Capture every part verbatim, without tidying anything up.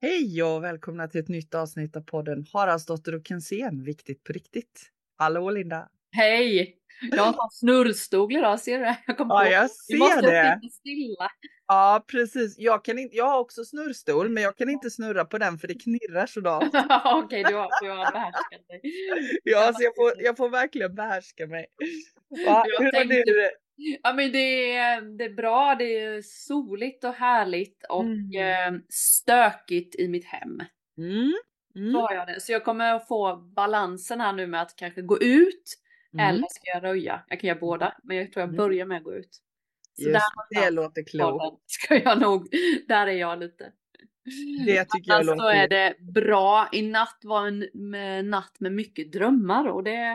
Hej och välkomna till ett nytt avsnitt av podden Haraldsdotter och Kensén, viktigt på riktigt. Hallå Linda! Hej! Jag har en sån snurrstol idag, ser du det? Jag kom Ja, på, jag vi ser måste det. sitta stilla. Ja, precis. Jag, kan inte, jag har också snurrstol, men jag kan inte snurra på den för det knirrar sådant. Okej, du har, du har behärskat dig. Det kan Ja, man så jag får, säga. jag får verkligen behärska mig. Va? Jag Hur har tänkte, du? ja men det är, det är bra, det är soligt och härligt och Mm. eh, stökigt i mitt hem. Mm. Så Mm. har jag det. Så jag kommer att få balansen här nu med att kanske gå ut eller Mm. ska jag röja. Jag kan göra båda, men jag tror jag Mm. börjar med att gå ut. Så där Just det, någonstans låter på klokt. den ska jag nog, där är jag lite. Det tycker jag Annars så låter. är det bra. I natt var en med, natt med mycket drömmar och det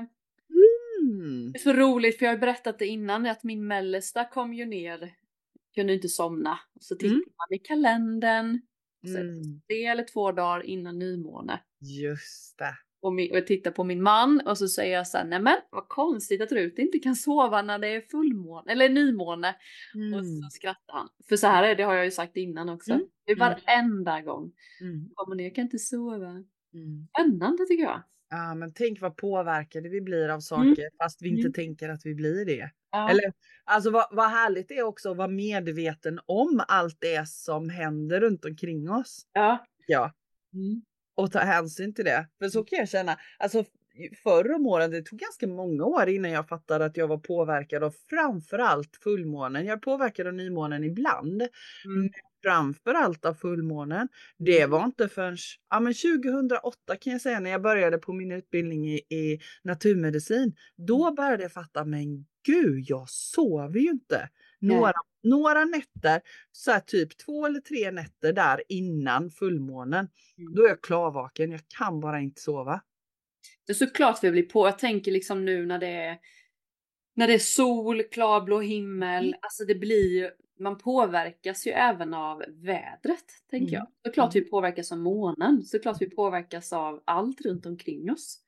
Mm. är så roligt för jag har ju berättat det innan att min mellersta kom ju ner, kunde inte somna. Och så Mm. tittar man i kalendern, så är det Mm. tre eller två dagar innan nymåne. Just det. Och, min, och jag tittar på min man och så säger jag så här, nej men vad konstigt att Rut inte kan sova när det är fullmåne eller nymåne. Och så Mm. skrattar han. För så här är det, har jag ju sagt innan också. Mm. Det är Mm. varenda gång. Mm. Kommer ner, jag kan inte sova. Mm. Spännande tycker jag. Ja, men tänk vad påverkade vi blir av Mm. saker fast vi inte Mm. tänker att vi blir det. Ja. Eller alltså vad, vad härligt det är också att vara medveten om allt det som händer runt omkring oss. Ja. Ja, Mm. och ta hänsyn till det. För så kan jag känna, alltså förr om åren, det tog ganska många år innan jag fattade att jag var påverkad av framförallt fullmånen. Jag är påverkad av nymånen ibland. Mm. Framför allt av fullmånen. Det var inte förrän ja, men tjugohundraåtta kan jag säga när jag började på min utbildning i, i naturmedicin. Då började jag fatta, men gud, jag sover ju inte. Några, Nej. några nätter, så här typ två eller tre nätter där innan fullmånen. Mm. Då är jag klarvaken, jag kan bara inte sova. Det är såklart vi blir på. Jag tänker liksom nu när det är när det är sol, klarblå himmel, Mm. alltså det blir ju, man påverkas ju även av vädret, tänker jag. Mm. Såklart vi påverkas av månen, såklart vi påverkas av allt runt omkring oss.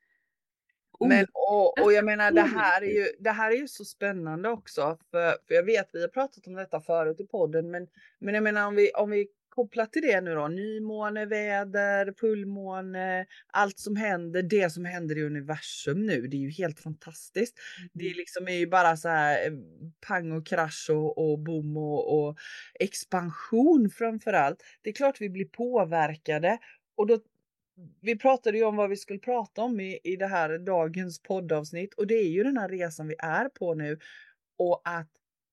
Men Oh, och, och jag menar det här är påverkas. ju det här är ju så spännande också för, för jag vet vi har pratat om detta förut i podden men men jag menar om vi om vi kopplar till det nu då, nymåne, väder, fullmåne, allt som händer, det som händer i universum nu, det är ju helt fantastiskt. Det är liksom är ju bara så här eh, pang och krasch och, och boom och, och expansion framför allt. Det är klart vi blir påverkade och då vi pratade ju om vad vi skulle prata om i, i det här dagens poddavsnitt och det är ju den här resan vi är på nu och att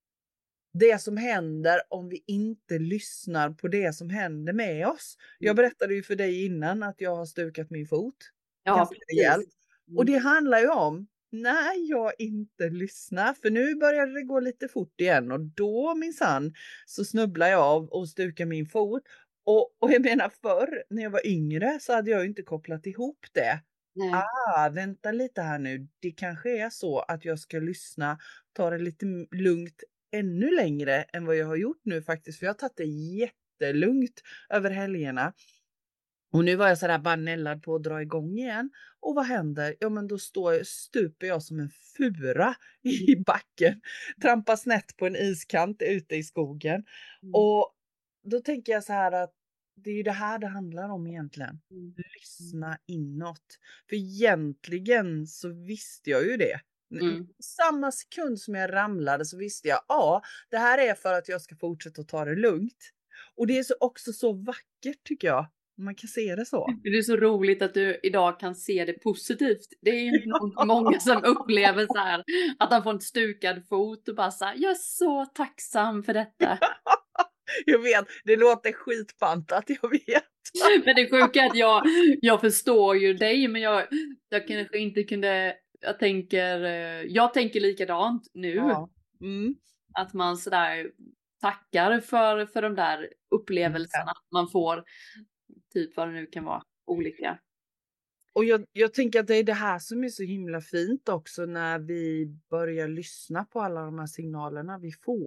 det som händer om vi inte lyssnar på det som händer med oss. Jag berättade ju för dig innan att jag har stukat min fot. Ja, Ganska rejält. precis. Och Mm. det handlar ju om när jag inte lyssnar, för nu börjar det gå lite fort igen och då minsann så snubblar jag av och stukar min fot. Och, och jag menar förr när jag var yngre så hade jag ju inte kopplat ihop det. Nej. Ah, vänta lite här nu. Det kanske är så att jag ska lyssna, ta det lite m- lugnt ännu längre än vad jag har gjort nu faktiskt. För jag har tagit det jättelugnt över helgerna. Och nu var jag sådär bara nällad på att dra igång igen. Och vad händer? Ja men då står, stuper jag som en fura i backen. Trampar snett på en iskant ute i skogen. Mm. Och då tänker jag så här att det är ju det här det handlar om egentligen. Mm. Lyssna inåt. För egentligen så visste jag ju det. Mm. Samma sekund som jag ramlade så visste jag, ja, det här är för att jag ska fortsätta att ta det lugnt. Och det är så också så vackert tycker jag. Man kan se det så. Det är så roligt att du idag kan se det positivt. Det är ju inte nog många som upplever så här att han får en stukad fot och bara så här, jag är så tacksam för detta. Jag vet, det låter skitbantat, jag vet. Men det sjuka är att jag, jag förstår ju dig, men jag, jag kanske inte kunde, jag tänker, eh, jag tänker likadant nu. Ja. Mm. Att man sådär tackar för, för de där upplevelserna man får, typ vad det nu kan vara, olika. Och jag, jag tänker att det är det här som är så himla fint också när vi börjar lyssna på alla de här signalerna vi får.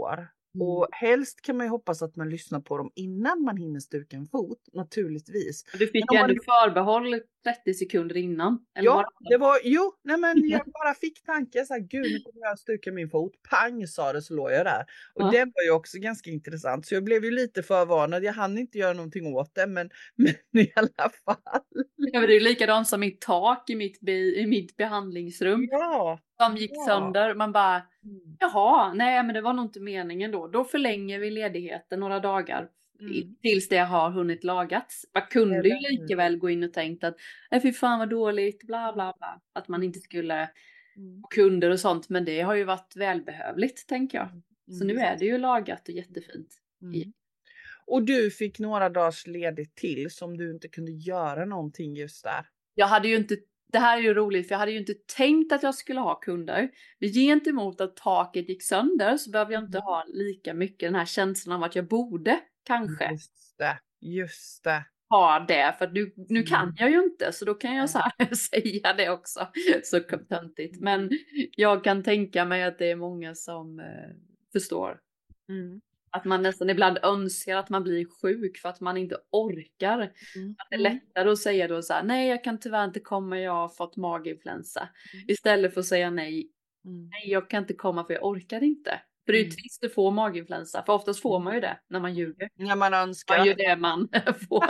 Mm. Och helst kan man ju hoppas att man lyssnar på dem innan man hinner stuka en fot, naturligtvis. Du fick Men ju om man ändå förbehåll trettio sekunder innan. Eller Ja, var det? det var, jo, nej men jag bara fick tanken så här, gud nu kommer jag stuka min fot, pang sa det så låg jag där. Och Ja. det var ju också ganska intressant så jag blev ju lite förvarnad, jag hann inte göra någonting åt det men, men i alla fall. Ja, men det är ju likadant som mitt tak i mitt, be, i mitt behandlingsrum. Ja. Som gick ja. sönder. Man bara, Mm. jaha, nej men det var nog inte meningen då. Då förlänger vi ledigheten några dagar. i- Mm. Tills det har hunnit lagats. Man kunde ju Eller hur? lika väl gå in och tänkt att, nej fy fan vad dåligt, bla bla bla. Att man inte skulle Mm. få kunder och sånt. Men det har ju varit välbehövligt tänker jag. Så Mm. nu är det ju lagat och jättefint. Mm. Och du fick några dagars ledigt till som du inte kunde göra någonting just där. Jag hade ju inte, det här är ju roligt för jag hade ju inte tänkt att jag skulle ha kunder. Men gentemot att taket gick sönder så behöver jag inte Mm. ha lika mycket den här känslan av att jag borde kanske Just det, just det. ha det. För att nu, nu kan Mm. jag ju inte så då kan jag så här säga det också. Så töntigt. Men jag kan tänka mig att det är många som eh, förstår. Mm. Att man nästan ibland önskar att man blir sjuk för att man inte orkar. Mm. Att det är lättare att säga då så här, nej jag kan tyvärr inte komma, jag har fått maginfluensa. Istället för att säga nej, Mm. nej jag kan inte komma för jag orkar inte. För det är ju Mm. trist att få maginfluensa, för oftast får man ju det när man ljuger. När man önskar. Man gör det man får.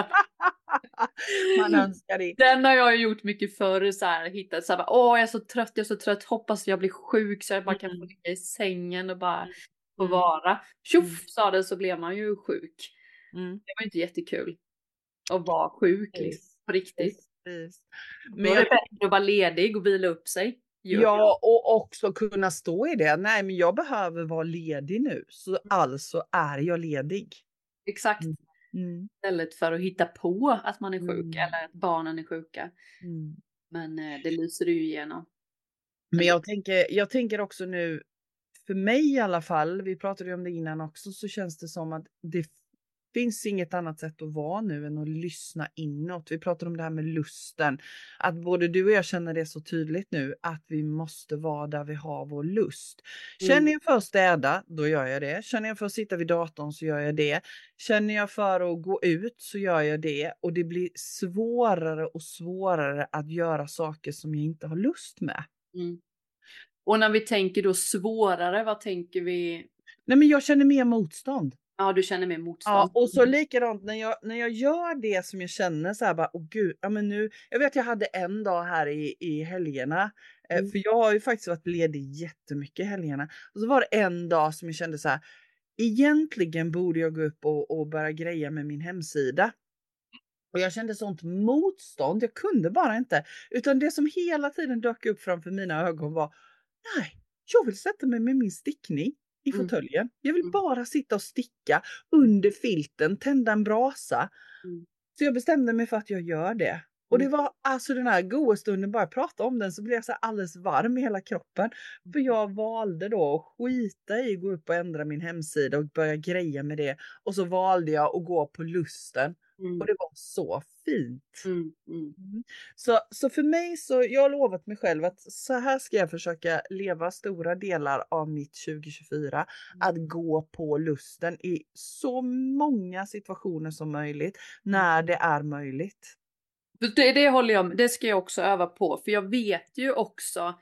Man önskar det. Den har jag ju gjort mycket förr, så här, hittat så här, åh jag är så trött, jag är så trött, hoppas jag blir sjuk så jag bara kan få Mm. ligga i sängen och bara få Mm. vara. Mm. Tjoff sa det så blev man ju sjuk. Mm. Det var inte jättekul att vara sjuk liksom, på riktigt. Precis. Men Men det är jag, bättre att vara ledig och vila upp sig. Ju. ja, och också kunna stå i det. Nej, men jag behöver vara ledig nu, så alltså är jag ledig. Exakt. Mm. Mm. Istället för att hitta på att man är sjuk Mm. eller att barnen är sjuka. Mm. Men eh, det lyser du ju igenom. Men jag tänker, jag tänker också nu, för mig i alla fall, vi pratade ju om det innan också, så känns det som att det finns inget annat sätt att vara nu än att lyssna inåt. Vi pratade om det här med lusten. Att både du och jag känner det så tydligt nu att vi måste vara där vi har vår lust. Känner Mm. jag för att städa, då gör jag det. Känner jag för att sitta vid datorn så gör jag det. Känner jag för att gå ut så gör jag det. Och det blir svårare och svårare att göra saker som jag inte har lust med. Mm. Och när vi tänker då svårare, vad tänker vi? Nej, men jag känner mer motstånd. Ja, du känner mer motstånd. Ja, och så likadant när jag, när jag gör det som jag känner så här bara, åh gud, ja men nu, jag vet jag hade en dag här i, i helgerna, eh, Mm. för jag har ju faktiskt varit ledig jättemycket i helgerna. Och så var det en dag som jag kände så här, egentligen borde jag gå upp och, och börja greja med min hemsida. Och jag kände sånt motstånd, jag kunde bara inte. Utan det som hela tiden dök upp framför mina ögon var, nej, jag vill sätta mig med min stickning i Mm. fåtöljen. Jag vill Mm. bara sitta och sticka under filten, tända en brasa. Mm. Så jag bestämde mig för att jag gör det. Och det Mm. var alltså den här goda stunden, bara prata om den så blev jag så här alldeles varm i hela kroppen. För jag valde då att skita i att gå upp och ändra min hemsida och börja greja med det. Och så valde jag att gå på lusten. Mm. Och det var så fint. Mm. Mm. Mm. Så, så för mig så, jag har lovat mig själv att så här ska jag försöka leva stora delar av mitt tjugo tjugofyra. Att gå på lusten i så många situationer som möjligt. När det är möjligt. Det, det håller jag med. Det ska jag också öva på. För jag vet ju också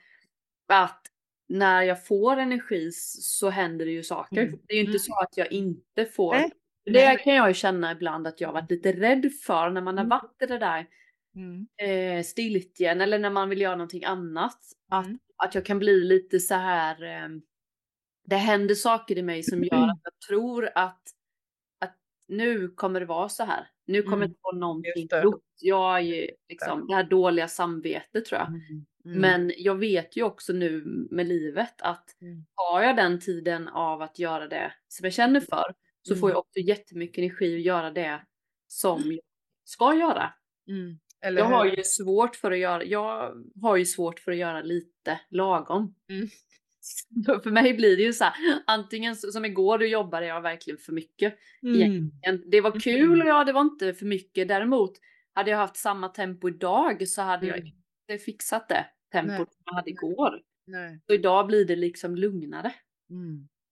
att när jag får energi så händer det ju saker. Mm. Det är ju inte Mm. så att jag inte får. Nej. Det Nej. kan jag ju känna ibland att jag har varit lite rädd för när man har Mm. varit i det där Mm. eh, stiltjen eller när man vill göra någonting annat. Att, Mm. att jag kan bli lite så här. Eh, det händer saker i mig som gör att jag tror att, att nu kommer det vara så här. Nu kommer Mm. det vara någonting Just det. gjort. Jag är ju liksom det här dåliga samvetet tror jag. Mm. Mm. Men jag vet ju också nu med livet att Mm. har jag den tiden av att göra det som jag känner för så Mm. får jag också jättemycket energi att göra det som jag ska göra. Mm. Eller Jag har hur? ju svårt för att göra, jag har ju svårt för att göra lite lagom. Mm. Så för mig blir det ju så här, antingen som igår då jobbade jag verkligen för mycket. Mm. Egentligen. Det var kul, Mm. ja det var inte för mycket. Däremot hade jag haft samma tempo idag så hade jag Mm. inte fixat det tempot Nej. som jag hade igår. Nej. Så idag blir det liksom lugnare. Mm.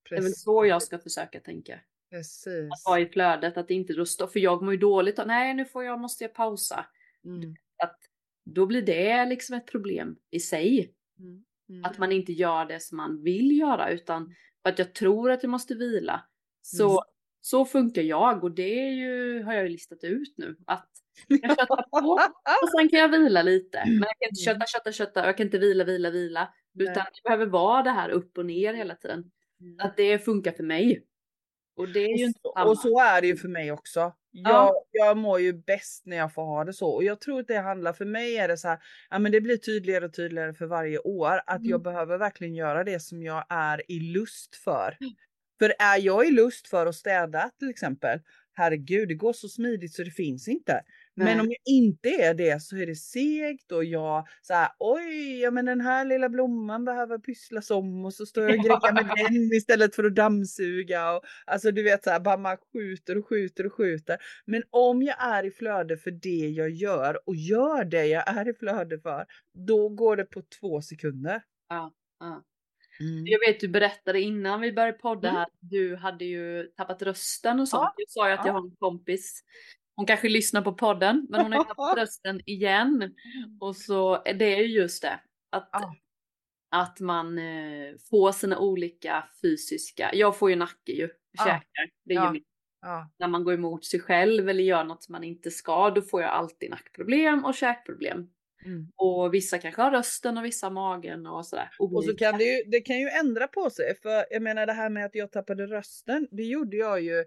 Det är väl precis. så jag ska försöka tänka. Att Precis. vara i flödet, att inte då stå, för jag mår ju dåligt och nej nu får jag, måste jag pausa. Mm. Att då blir det liksom ett problem i sig. Mm. Mm. Att man inte gör det som man vill göra, utan för att jag tror att jag måste vila. Så, Mm. så funkar jag, och det är ju, har jag ju listat ut nu. Att jag köttar på och sen kan jag vila lite. Men jag kan inte kötta, kötta, kötta. Jag kan inte vila, vila, vila. Nej. Utan det behöver vara det här upp och ner hela tiden. Mm. Att det funkar för mig. Och det är ju Och inte så, samma. och så är det ju för mig också. Jag, Ja. jag mår ju bäst när jag får ha det så. Och jag tror att det handlar, för mig är det så här, ja men det blir tydligare och tydligare för varje år. Att Mm. jag behöver verkligen göra det som jag är i lust för. För är jag i lust för att städa till exempel, herregud det går så smidigt så det finns inte. Men Nej. om jag inte är det så är det segt och jag så här, oj, ja men den här lilla blomman behöver pysslas om och så står jag och grejar med den istället för att dammsuga. Och, alltså du vet så här, bara man skjuter och skjuter och skjuter. Men om jag är i flöde för det jag gör och gör det jag är i flöde för, då går det på två sekunder. Ja, ja. Mm. Jag vet, du berättade innan vi började podda Mm. här, du hade ju tappat rösten och sånt. Ja, Jag sa ju att jag ja. har en kompis. Hon kanske lyssnar på podden, men hon har ju tappat rösten igen. Och så är det ju just det. Att, Ja. att man eh, får sina olika fysiska, jag får ju nacke ju, Ja. käkar. Det är Ja. ju min, Ja. när man går emot sig själv eller gör något som man inte ska, då får jag alltid nackproblem och käkproblem. Mm. Och vissa kanske har rösten och vissa har magen och sådär. Och så kan det ju, det kan ju ändra på sig. För jag menar det här med att jag tappade rösten. Det gjorde jag ju.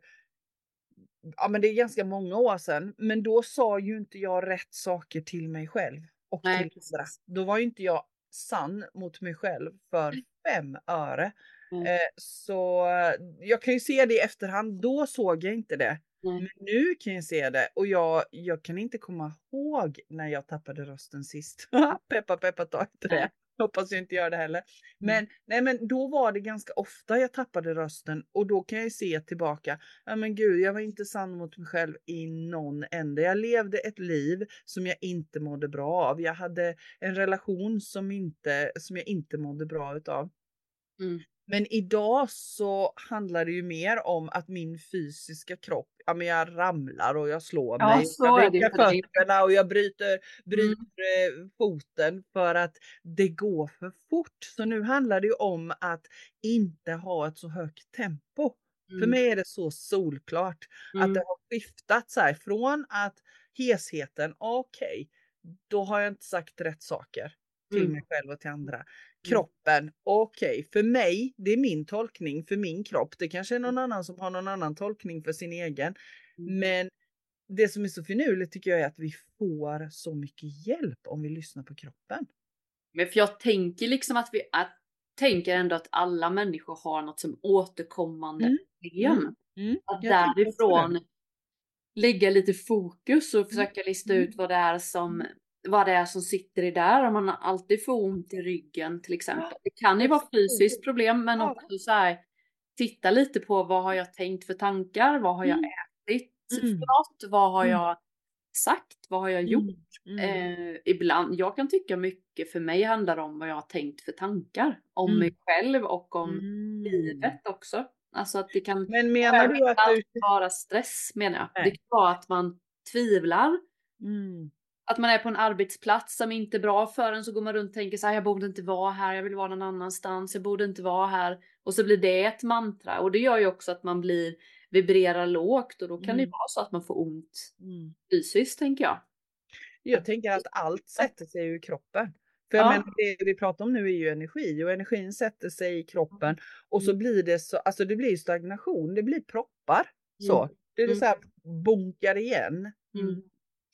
Ja men det är ganska många år sedan. Men då sa ju inte jag rätt saker till mig själv. Och Nej, till andra. Då var ju inte jag sann mot mig själv för fem öre. Mm. Eh, så jag kan ju se det i efterhand. Då såg jag inte det. Nej. Men nu kan jag se det. Och jag, jag kan inte komma ihåg när jag tappade rösten sist. Peppa peppa, ta inte det. Nej. Hoppas jag inte gör det heller. Men, nej, men då var det ganska ofta jag tappade rösten. Och då kan jag se tillbaka. Ja men gud, jag var inte sann mot mig själv i någon ände. Jag levde ett liv som jag inte mådde bra av. Jag hade en relation som, inte, som jag inte mådde bra utav. Mm. Men idag så handlar det ju mer om att min fysiska kropp, ja men jag ramlar och jag slår Ja, mig. så Jag är det ju bryter för dig. fötterna och jag bryter, bryter Mm. eh, foten för att det går för fort. Så nu handlar det ju om att inte ha ett så högt tempo. För Mm. mig är det så solklart att Mm. det har skiftat så här från att hesheten, okej, då har jag inte sagt rätt saker till Mm. mig själv och till andra. Kroppen, okej, okay. För mig, det är min tolkning för min kropp. Det kanske är någon annan som har någon annan tolkning för sin egen. Mm. Men det som är så finurligt tycker jag är att vi får så mycket hjälp om vi lyssnar på kroppen. Men för jag tänker liksom att vi att, tänker ändå att alla människor har något som återkommande Mm. problem. Mm. Mm. Att Jag tänker också därifrån det. lägga lite fokus och försöka lista Mm. ut vad det är som vad det är som sitter i där. Om man alltid får ont i ryggen till exempel. Det kan ju vara fysiskt problem, men Ja. också så här, titta lite på vad har jag tänkt för tankar? Vad har jag Mm. ätit Mm. för något? Vad har Mm. jag sagt? Vad har jag gjort? Mm. Mm. Eh, ibland, jag kan tycka mycket för mig handlar om vad jag har tänkt för tankar. Om Mm. mig själv och om Mm. livet också. Alltså att det kan Men menar du att allt du... vara stress menar jag. Nej. Det kan vara att man tvivlar. Mm. Att man är på en arbetsplats som inte är bra för en, så går man runt och tänker så här, jag borde inte vara här, jag vill vara någon annanstans, jag borde inte vara här. Och så blir det ett mantra. Och det gör ju också att man blir, vibrerar lågt, och då kan Mm. det vara så att man får ont Mm. fysiskt, tänker jag. Jag tänker att allt sätter sig i kroppen. För jag Ja. menar, det vi pratar om nu är ju energi, och energin sätter sig i kroppen och så Mm. blir det så, alltså det blir stagnation, det blir proppar. Så, Mm. det är Mm. så här bunkar igen. Mm.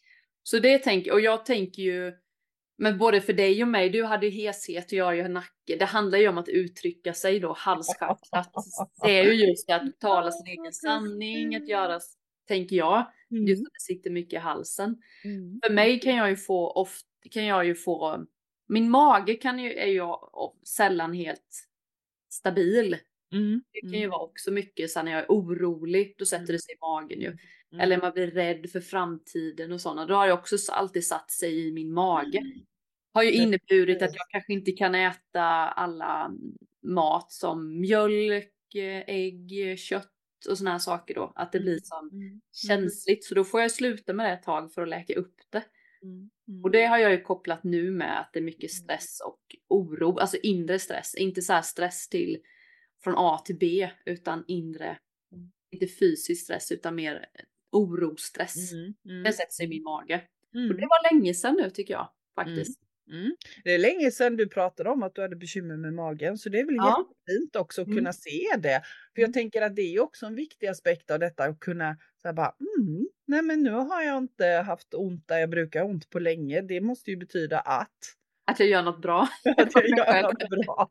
Så det tänker, och jag tänker ju, men både för dig och mig, du hade ju heshet och jag har ju nacke. Det handlar ju om att uttrycka sig då, halschakrat. Det är ju just det, att tala sin egen sanning, att göra, tänker jag, Mm. just att det sitter mycket i halsen. Mm. För mig kan jag ju få, ofta kan jag ju få, min mage kan ju, är ju sällan helt stabil. Mm. Det kan ju vara också mycket så när jag är orolig, då sätter det sig i magen ju. Mm. Eller man blir rädd för framtiden och sådana. Då har jag också alltid satt sig i min mage. Har ju inneburit att jag kanske inte kan äta alla mat som mjölk eh, ägg, kött och såna här saker då. Att det blir som Mm. Mm. känsligt. Så då får jag sluta med det ett tag för att läka upp det. Mm. Mm. Och det har jag ju kopplat nu med att det är mycket stress och oro. Alltså inre stress. Inte så här stress till från A till B. Utan inre. Mm. Inte fysisk stress utan mer orostress. Mm. Mm. Den sätter sig i min mage. Mm. Och det var länge sedan nu tycker jag. Mm. Faktiskt. Mm. Det är länge sedan du pratade om att du hade bekymmer med magen, så det är väl Ja. jättefint också att Mm. kunna se det. För jag Mm. tänker att det är också en viktig aspekt av detta att kunna så här bara, mm, nej men nu har jag inte haft ont där jag brukar ha ont på länge. Det måste ju betyda att, Att jag gör något bra. att jag gör något bra.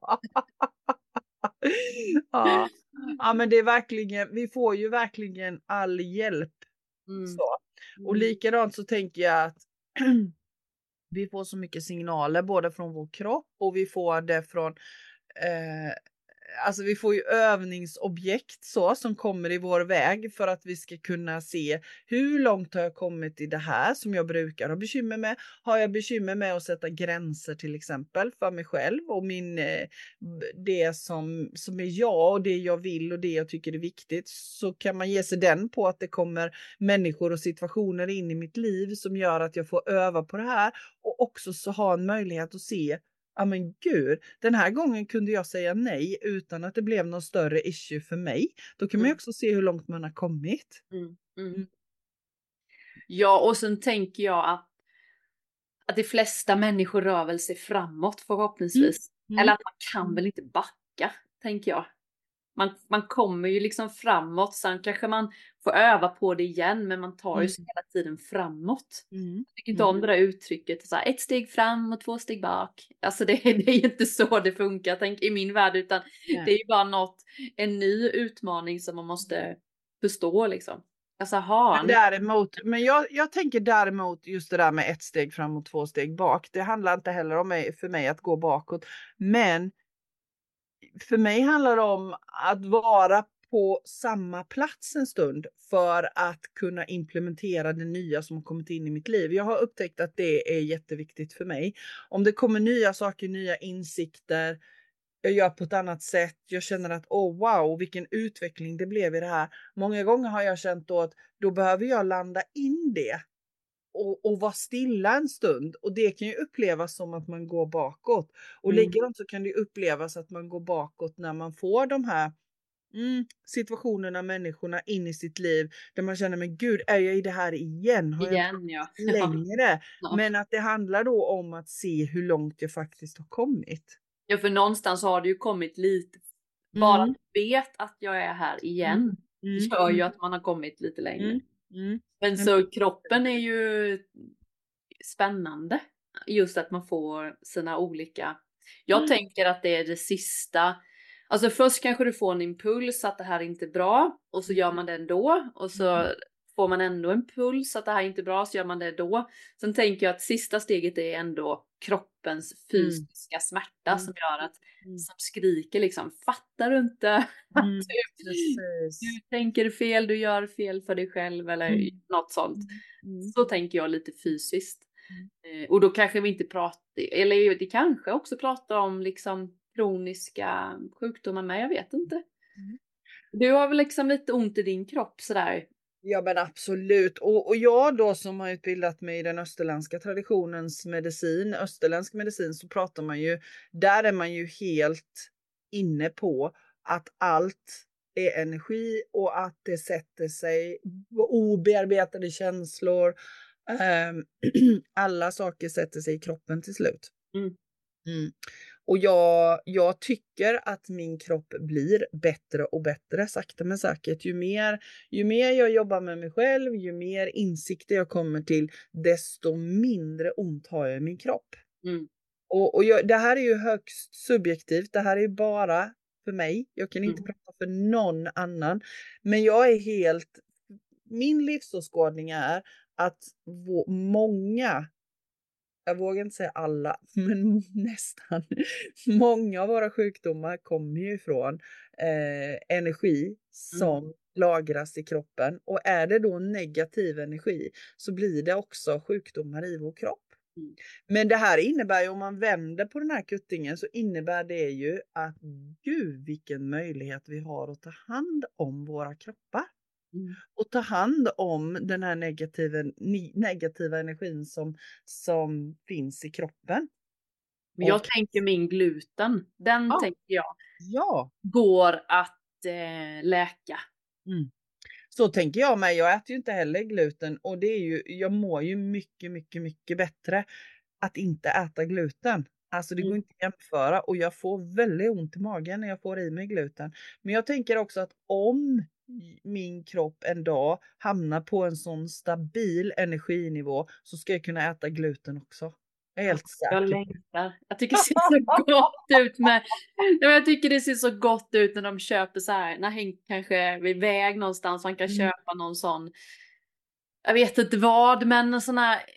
Ja. Ja, men det är verkligen, vi får ju verkligen all hjälp. Mm. Så. Och Mm. likadant så tänker jag att vi får så mycket signaler både från vår kropp och vi får det från eh, alltså vi får ju övningsobjekt så som kommer i vår väg för att vi ska kunna se hur långt har jag kommit i det här som jag brukar ha bekymmer med. Har jag bekymmer med att sätta gränser till exempel för mig själv och min eh, det som som är jag och det jag vill och det jag tycker är viktigt, så kan man ge sig den på att det kommer människor och situationer in i mitt liv som gör att jag får öva på det här och också så ha en möjlighet att se, ja men gud, den här gången kunde jag säga nej utan att det blev någon större issue för mig. Då kan man ju Mm. också se hur långt man har kommit. Mm. Mm. Mm. Ja, och sen tänker jag att, att de flesta människor rör väl sig framåt förhoppningsvis. Mm. Eller att man kan Mm. väl inte backa, tänker jag. Man, man kommer ju liksom framåt, sen kanske man får öva på det igen, men man tar ju sig Mm. hela tiden framåt. Mm. Jag tycker inte om det där uttrycket, så här, ett steg fram och två steg bak. Alltså det, det är ju inte så det funkar, tänk, i min värld, utan Nej. det är ju bara något, en ny utmaning som man måste förstå liksom. Alltså, ha, Men däremot, men jag, jag tänker däremot just det där med ett steg fram och två steg bak. Det handlar inte heller om mig, för mig att gå bakåt. Men för mig handlar det om att vara på samma plats en stund för att kunna implementera det nya som har kommit in i mitt liv. Jag har upptäckt att det är jätteviktigt för mig. Om det kommer nya saker, nya insikter, jag gör på ett annat sätt. Jag känner att oh wow, vilken utveckling det blev i det här. Många gånger har jag känt då att då behöver jag landa in det och, och vara stilla en stund. Och det kan ju upplevas som att man går bakåt. Och Mm. likadant så kan det upplevas att man går bakåt när man får de här mm, situationerna, människorna in i sitt liv. Där man känner, men gud, är jag i det här igen? Har jag igen, ja. längre? Ja. Men att det handlar då om att se hur långt jag faktiskt har kommit. Ja, för någonstans har det ju kommit lite. Bara Mm. att vet att jag är här igen. Mm. Mm. Gör ju att man har kommit lite längre. Mm. Mm. Men så kroppen är ju spännande. Just att man får sina olika. Jag Mm. tänker att det är det sista. Alltså först kanske du får en impuls att det här är inte bra. Och så gör man det ändå. Och så Mm. får man ändå en puls att det här är inte bra, så gör man det då. Sen tänker jag att sista steget är ändå kroppens fysiska smärta Mm. som gör att, Mm. som skriker liksom, fattar du inte? Mm. du, Precis. du tänker fel, du gör fel för dig själv eller Mm. något sånt. Mm. Så tänker jag lite fysiskt. Mm. Eh, och då kanske vi inte pratar, eller det kanske också pratar om liksom kroniska sjukdomar med, jag vet inte. Mm. Du har väl liksom lite ont i din kropp sådär. Ja men absolut. Och, och jag då som har utbildat mig i den österländska traditionens medicin, österländsk medicin, så pratar man ju, där är man ju helt inne på att allt är energi och att det sätter sig, obearbetade känslor, ähm, alla saker sätter sig i kroppen till slut. Mm. Mm. Och jag, jag tycker att min kropp blir bättre och bättre sakta men säkert. Ju mer, ju mer jag jobbar med mig själv, ju mer insikter jag kommer till, desto mindre ont har jag i min kropp. Mm. Och, och jag, det här är ju högst subjektivt. Det här är ju bara för mig. Jag kan inte Mm. prata för någon annan. Men jag är helt, min livsåskådning är att vå, många, jag vågar inte säga alla, men nästan. Många av våra sjukdomar kommer ju ifrån eh, energi som mm. lagras i kroppen. Och är det då negativ energi så blir det också sjukdomar i vår kropp. Mm. Men det här innebär ju, om man vänder på den här kuttingen, så innebär det ju att gud vilken möjlighet vi har att ta hand om våra kroppar. Mm. Och ta hand om den här negativa, negativa energin som, som finns i kroppen. Men jag Och, tänker min gluten, den ja, tänker jag ja. går att eh, läka. Mm. Så tänker jag med. Jag äter ju inte heller gluten och det är ju, jag mår ju mycket, mycket, mycket bättre att inte äta gluten. Alltså det Mm. går inte att jämföra och jag får väldigt ont i magen när jag får i mig gluten. Men jag tänker också att om min kropp en dag hamnar på en sån stabil energinivå så ska jag kunna äta gluten också. Jag är Ja, helt jag säker. längtar. Jag tycker det ser så gott ut med, ja, jag tycker det ser så gott ut när de köper så här, när Henk kanske är vid väg någonstans, man kan Mm. köpa någon sån, jag vet inte vad, men en sån här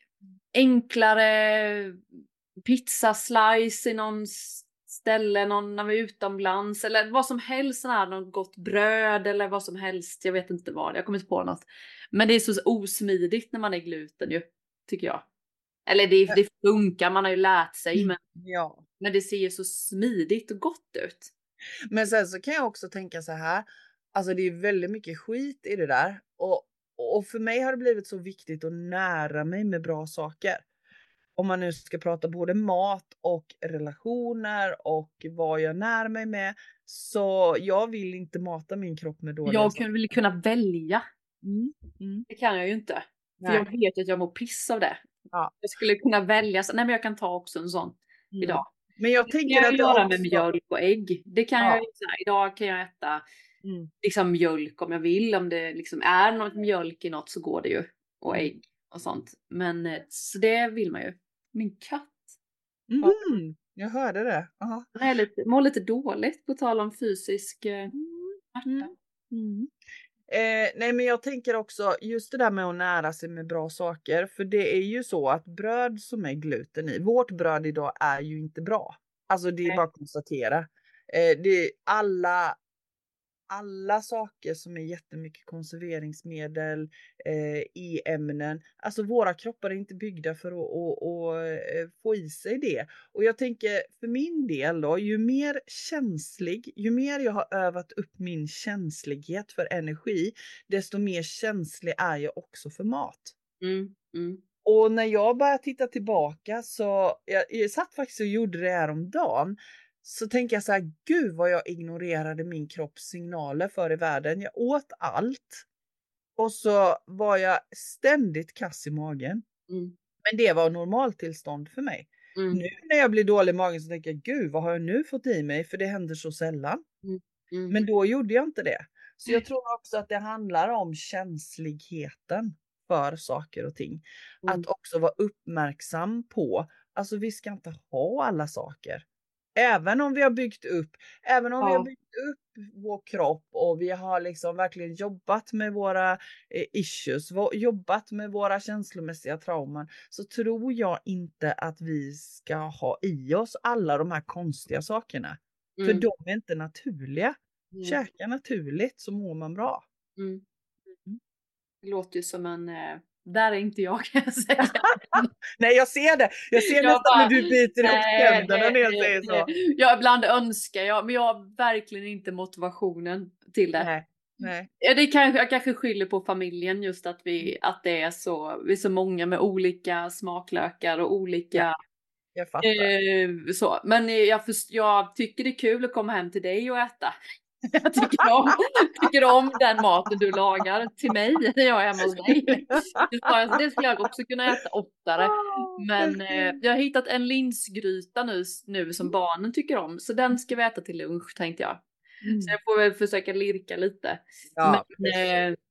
enklare pizzaslice i någon ställe, någon när vi är utomlands eller vad som helst, sån här, något gott bröd eller vad som helst, jag vet inte vad, jag kommer inte på något. Men det är så osmidigt när man är gluten ju, tycker jag. Eller det, det funkar, man har ju lärt sig, men, Ja. men det ser ju så smidigt och gott ut. Men sen så kan jag också tänka så här, alltså det är väldigt mycket skit i det där och, och för mig har det blivit så viktigt att nära mig med bra saker. Om man nu ska prata både mat och relationer och vad jag när mig med. Så jag vill inte mata min kropp med dåliga Jag saker. skulle vilja kunna välja. Mm. Mm. Det kan jag ju inte. För Nej. jag vet ju att jag mår piss av det. Ja. Jag skulle kunna välja, så, nej men jag kan ta också en sån Mm. idag. Men jag Det kan tänker jag att det göra också... med mjölk och ägg. Det kan Ja. jag ju säga. Idag kan jag äta Mm. liksom mjölk om jag vill. Om det liksom är något mjölk i något så går det ju. Och Mm. ägg och sånt. Men eh, så det vill man ju. Min katt. Mm. Jag hörde det. Aha. Den är lite, mår lite dåligt på tal om fysisk eh, smärta. Mm. Mm. Eh, nej men jag tänker också just det där med att nära sig med bra saker. För det är ju så att bröd som är gluten i, vårt bröd idag är ju inte bra. Alltså det är Nej. bara att konstatera. Eh, det är alla, alla saker som är jättemycket konserveringsmedel, eh, i ämnen. Alltså våra kroppar är inte byggda för att, att, att, eh, få i sig det. Och jag tänker för min del då, ju mer känslig, ju mer jag har övat upp min känslighet för energi, desto mer känslig är jag också för mat. Mm, mm. Och när jag börjar titta tillbaka så, jag, jag satt faktiskt och gjorde det här om dagen. Så tänker jag så här, gud vad jag ignorerade min kropps signaler för i världen. Jag åt allt. Och så var jag ständigt kass i magen. Mm. Men det var normaltillstånd för mig. Mm. Nu när jag blir dålig i magen så tänker jag, gud vad har jag nu fått i mig? För det händer så sällan. Mm. Mm. Men då gjorde jag inte det. Så jag tror också att det handlar om känsligheten för saker och ting. Mm. Att också vara uppmärksam på, alltså vi ska inte ha alla saker. Även om vi har byggt upp, även om Ja. vi har byggt upp vår kropp och vi har liksom verkligen jobbat med våra eh, issues, vå- jobbat med våra känslomässiga trauman, så tror jag inte att vi ska ha i oss alla de här konstiga sakerna. För Mm. de är inte naturliga. Mm. Käka naturligt så mår man bra. Mm. Mm. Det låter ju som en, eh, där är inte jag kan jag säga. Nej jag ser det, jag ser Jag nästan bara, hur du biter ihop nej, tänderna när jag nej, säger så. nej. Jag ibland önskar jag, men jag har verkligen inte motivationen till det. Nej, nej. Ja, det kanske, jag kanske skyller på familjen just att vi, att det är så, vi är så många med olika smaklökar och olika Ja, jag fattar. eh, så. Men jag, först, jag tycker det är kul att komma hem till dig och äta. Jag tycker om, tycker om den maten du lagar till mig när jag är hemma hos dig. Det, sa jag, det skulle jag också kunna äta oftare. Men eh, jag har hittat en linsgryta nu, nu som barnen tycker om. Så den ska vi äta till lunch tänkte jag. Mm. Så jag får väl försöka lirka lite. Ja, Men, eh, mm.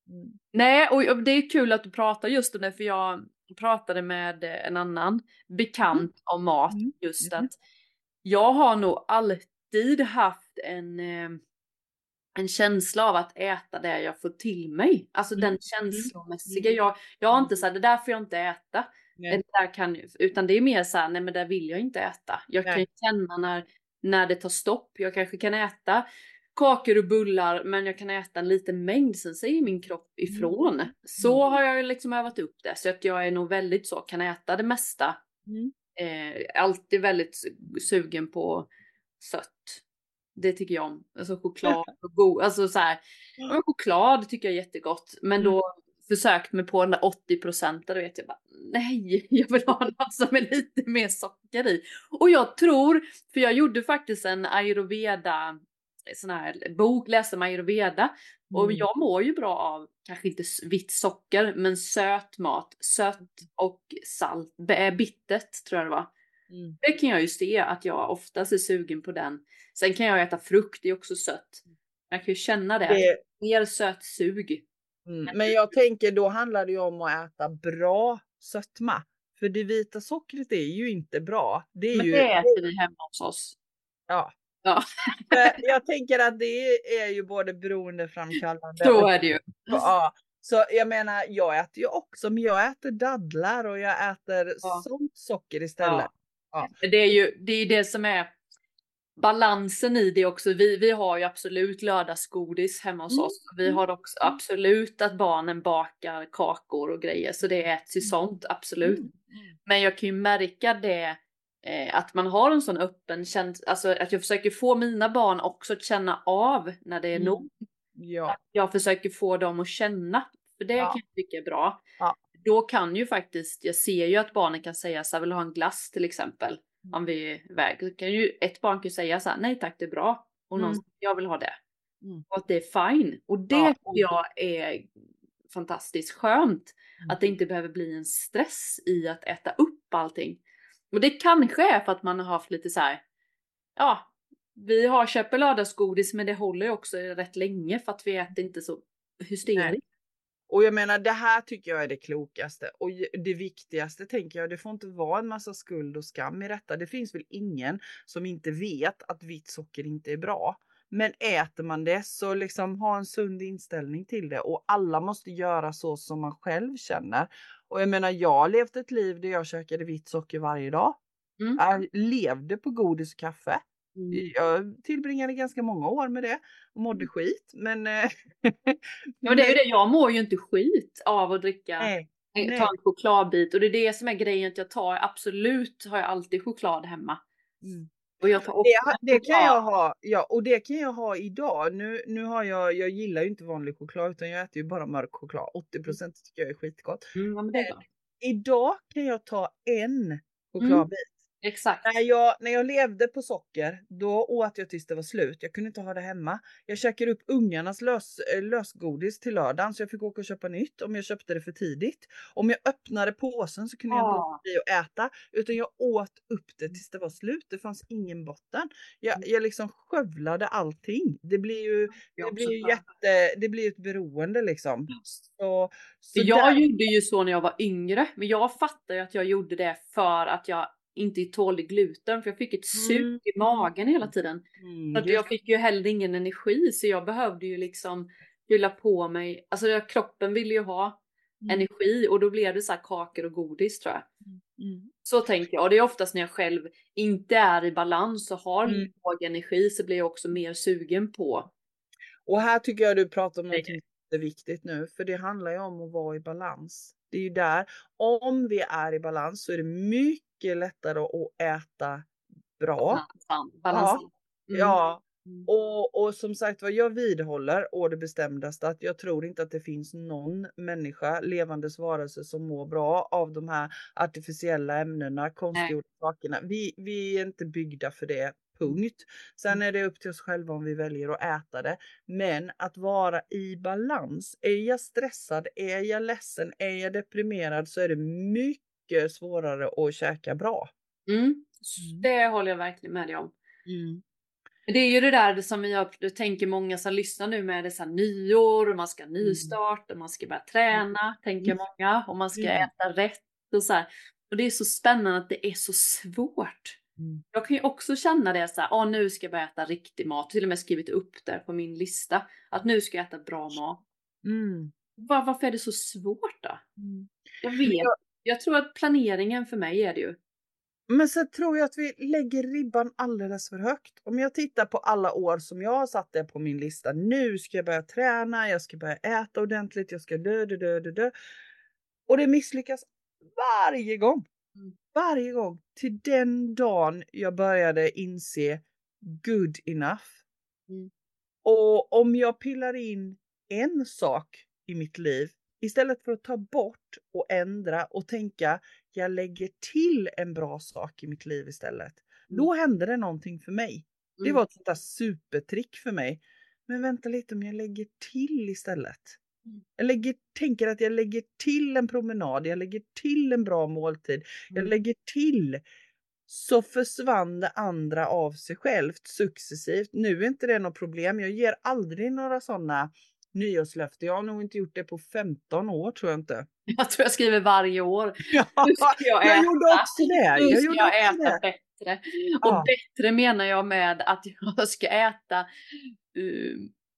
nej, och, och det är kul att du pratar just om det. För jag pratade med en annan bekant om mat. Mm. Just Mm. att jag har nog alltid haft en... Eh, en känsla av att äta det jag får till mig. Alltså Mm. den känslomässiga. Mm. Jag, jag har inte sagt det där får jag inte äta. Nej. Det där kan, utan det är mer så här, nej men det vill jag inte äta. Jag Nej. kan känna när, när det tar stopp. Jag kanske kan äta kakor och bullar, men jag kan äta en liten mängd, sen säger min kropp ifrån. Mm. Så har jag liksom övat upp det, så att jag är nog väldigt så, kan äta det mesta. Mm. Eh, alltid väldigt su- sugen på sött. Det tycker jag om. Alltså choklad och god. Alltså så här, ja, men choklad tycker jag är jättegott. Men Mm. då försökt mig på den där åttio procent, då vet jag bara nej, jag vill ha något som är lite mer socker i. Och jag tror, för jag gjorde faktiskt en ayurveda sån här bok, läste om ayurveda. Och Mm. jag mår ju bra av, kanske inte s- vitt socker, men söt mat. Sött och salt, b- bittert tror jag det var. Mm. Det kan jag ju se att jag oftast är sugen på den. Sen kan jag äta frukt, det är också sött. Jag kan ju känna det. Det, Mer sött sug. mm. Men jag tänker då handlar det ju om att äta bra sötma. För det vita sockret är ju inte bra. Det är Men ju, det äter vi hemma hos oss. ja. Ja, För jag tänker att det är ju både beroendeframkallande så och är det ju. ja. Så jag menar, jag äter ju också, men jag äter dadlar och jag äter Ja. sånt socker istället. Ja. Ja. Det är ju det, är det som är balansen i det också. Vi, vi har ju absolut lördagsgodis hemma hos Mm. oss. Vi har också absolut att barnen bakar kakor och grejer. Så det äts ju sånt, absolut. Mm. Men jag kan ju märka det, eh, att man har en sån öppen känsla, alltså att jag försöker få mina barn också att känna av när det är Mm. nog. Ja. Jag försöker få dem att känna, för det Ja. kan jag tycka är bra. Ja. Då kan ju faktiskt, jag ser ju att barnen kan säga så här, vill ha en glass till exempel. Mm. Om vi är iväg. Så kan ju ett barn kan ju säga så här, nej tack det är bra. Och någon Mm. säger, jag vill ha det. Mm. Och att det är fine. Och det Ja. tycker jag är fantastiskt skönt. Mm. Att det inte behöver bli en stress i att äta upp allting. Och det kanske är för att man har haft lite så här, ja, vi har köpt lördagsgodis, men det håller ju också rätt länge för att vi äter inte så hysteriskt. Och jag menar, det här tycker jag är det klokaste och det viktigaste tänker jag. Det får inte vara en massa skuld och skam i detta. Det finns väl ingen som inte vet att vitt socker inte är bra. Men äter man det så liksom ha en sund inställning till det, och alla måste göra så som man själv känner. Och jag menar, jag har levt ett liv där jag käkade vitt socker varje dag. Mm. Jag levde på godis och kaffe. Mm. Jag tillbringade ganska många år med det och mådde skit, men... eh, Ja, men det är ju det, jag mår ju inte skit av att dricka, Nej, eh, nej. ta en chokladbit. Och det är det som är grejen, att jag tar, absolut har jag alltid choklad hemma. Mm. Och jag tar Det, ofta det kan choklad. jag ha, ja, och det kan jag ha idag. Nu, nu har jag, jag gillar ju inte vanlig choklad utan jag äter ju bara mörk choklad. åttio procent tycker jag är skitgott. Mm, ja, men det är bra. Idag kan jag ta en Mm, chokladbit. exakt. När jag, när jag levde på socker, då åt jag tills det var slut. Jag kunde inte ha det hemma. Jag käkade upp ungarnas lös, eh, lösgodis till lördagen, så jag fick åka och köpa nytt om jag köpte det för tidigt. Om jag öppnade påsen så kunde jag inte Ja. låta bli att äta, utan jag åt upp det tills det var slut. Det fanns ingen botten. Jag, jag liksom skövlade allting. Det blir ju, Jag det också blir ju för. jätte, det blir ett beroende liksom. Så, så Jag där, gjorde ju så när jag var yngre, men jag fattar ju att jag gjorde det för att jag inte tålde gluten, för jag fick ett sug Mm. i magen hela tiden. mm, Så att det- jag fick ju heller ingen energi, så jag behövde ju liksom fylla på mig. Alltså jag- kroppen ville ju ha Mm. energi, och då blev det så här kakor och godis tror jag. Mm. Så tänker jag. Och det är oftast när jag själv inte är i balans och har Mm. låg energi, så blir jag också mer sugen på. Och här tycker jag du pratar om Nej. något jätteviktigt nu, för det handlar ju om att vara i balans. Det är ju där, om vi är i balans så är det mycket lättare att äta bra. Balansan. Balansan. Mm. Ja, Mm. och, och som sagt vad jag vidhåller å det bestämdaste att jag tror inte att det finns någon människa, levandes varelse, som mår bra av de här artificiella ämnena, konstgjorda sakerna. Vi, vi är inte byggda för det. Punkt. Sen är det upp till oss själva om vi väljer att äta det. Men att vara i balans. Är jag stressad, är jag ledsen, är jag deprimerad, så är det mycket svårare att käka bra. Mm. Mm. Det håller jag verkligen med dig om. Mm. Det är ju det där som jag tänker många som lyssnar nu med, det så här nyår och man ska nystart och man ska börja träna, tänker många, och man ska Mm. äta rätt och så här. Och det är så spännande att det är så svårt. Mm. Jag kan ju också känna det så här, ah, nu ska jag börja äta riktig mat. Till och med skrivit upp där på min lista att nu ska jag äta bra mat. Mm. Var, varför är det så svårt då? Mm. Jag vet. jag- Jag tror att planeringen för mig är det ju. Men så tror jag att vi lägger ribban alldeles för högt. Om jag tittar på alla år som jag har satt det på min lista. Nu ska jag börja träna, jag ska börja äta ordentligt, jag ska dö, dö, dö, dö, dö. Och det misslyckas varje gång. Mm. Varje gång. Till den dagen jag började inse good enough. Mm. Och om jag pillar in en sak i mitt liv istället för att ta bort och ändra och tänka jag lägger till en bra sak i mitt liv istället. Mm. Då händer det någonting för mig. Det Mm. var ett sånt där supertrick för mig. Men vänta lite om jag lägger till istället. Mm. Jag lägger, tänker att jag lägger till en promenad, jag lägger till en bra måltid, jag Mm. lägger till, så försvann det andra av sig självt successivt. Nu är inte det något problem, jag ger aldrig några sådana nyårslöften. Jag har nog inte gjort det på femton år tror jag inte. Jag tror jag skriver varje år. Ja, Nu ska jag jag äta. gjorde också det. Nu Jag ska gjorde jag också äta det. bättre. Ja. Och bättre menar jag med att jag ska äta uh,